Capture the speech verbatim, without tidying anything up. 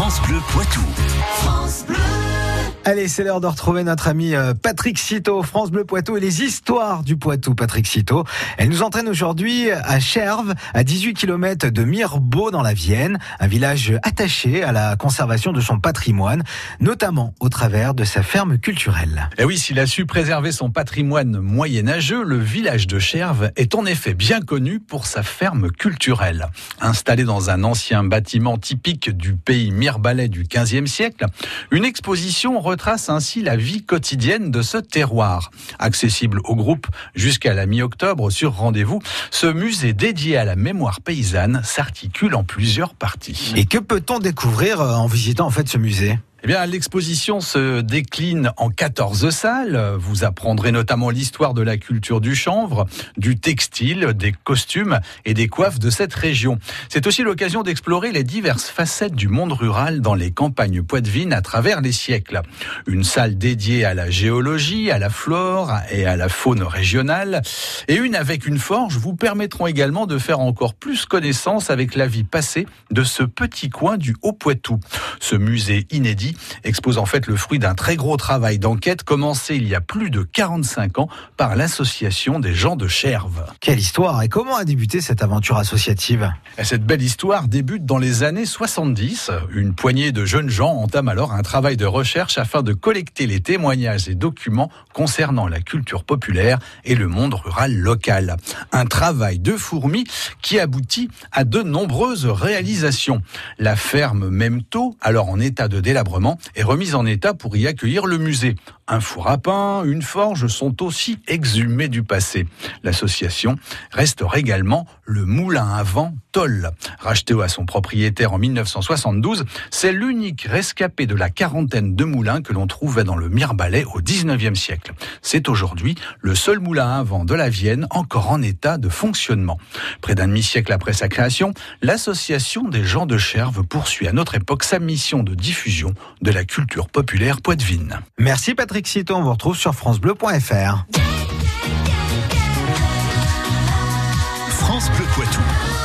France Bleu Poitou. France Bleu. Allez, c'est l'heure de retrouver notre ami Patrick Citeau, France Bleu Poitou et les histoires du Poitou. Patrick Citeau, elle nous entraîne aujourd'hui à Cherves, à dix-huit kilomètres de Mirebeau dans la Vienne, un village attaché à la conservation de son patrimoine, notamment au travers de sa ferme culturelle. Et oui, s'il a su préserver son patrimoine moyenâgeux, le village de Cherves est en effet bien connu pour sa ferme culturelle. Installée dans un ancien bâtiment typique du pays mirebalais du quinzième siècle, une exposition retrace ainsi la vie quotidienne de ce terroir. Accessible au groupe jusqu'à la mi-octobre sur rendez-vous, ce musée dédié à la mémoire paysanne s'articule en plusieurs parties. Et que peut-on découvrir en visitant en fait ce musée ? Eh bien, l'exposition se décline en quatorze salles. Vous apprendrez notamment l'histoire de la culture du chanvre, du textile, des costumes et des coiffes de cette région. C'est aussi l'occasion d'explorer les diverses facettes du monde rural dans les campagnes poitevines à travers les siècles. Une salle dédiée à la géologie, à la flore et à la faune régionale, et une avec une forge vous permettront également de faire encore plus connaissance avec la vie passée de ce petit coin du Haut-Poitou. Ce musée inédit expose en fait le fruit d'un très gros travail d'enquête commencé il y a plus de quarante-cinq ans par l'association des gens de Cherves. Quelle histoire! Et comment a débuté cette aventure associative? Et cette belle histoire débute dans les années soixante-dix. Une poignée de jeunes gens entament alors un travail de recherche afin de collecter les témoignages et documents concernant la culture populaire et le monde rural local. Un travail de fourmi qui aboutit à de nombreuses réalisations. La ferme Memto, alors en état de délabrement, est remise en état pour y accueillir le musée. Un four à pain, une forge sont aussi exhumés du passé. L'association restaure également le moulin à vent Toll. Racheté à son propriétaire en mille neuf cent soixante-douze, c'est l'unique rescapé de la quarantaine de moulins que l'on trouvait dans le Mirebalais au dix-neuvième siècle. C'est aujourd'hui le seul moulin à vent de la Vienne encore en état de fonctionnement. Près d'un demi-siècle après sa création, l'association des gens de Cherves poursuit à notre époque sa mission de diffusion de la culture populaire poitevine. Merci Patrick Citeau, on vous retrouve sur francebleu point fr. France Bleu Poitou.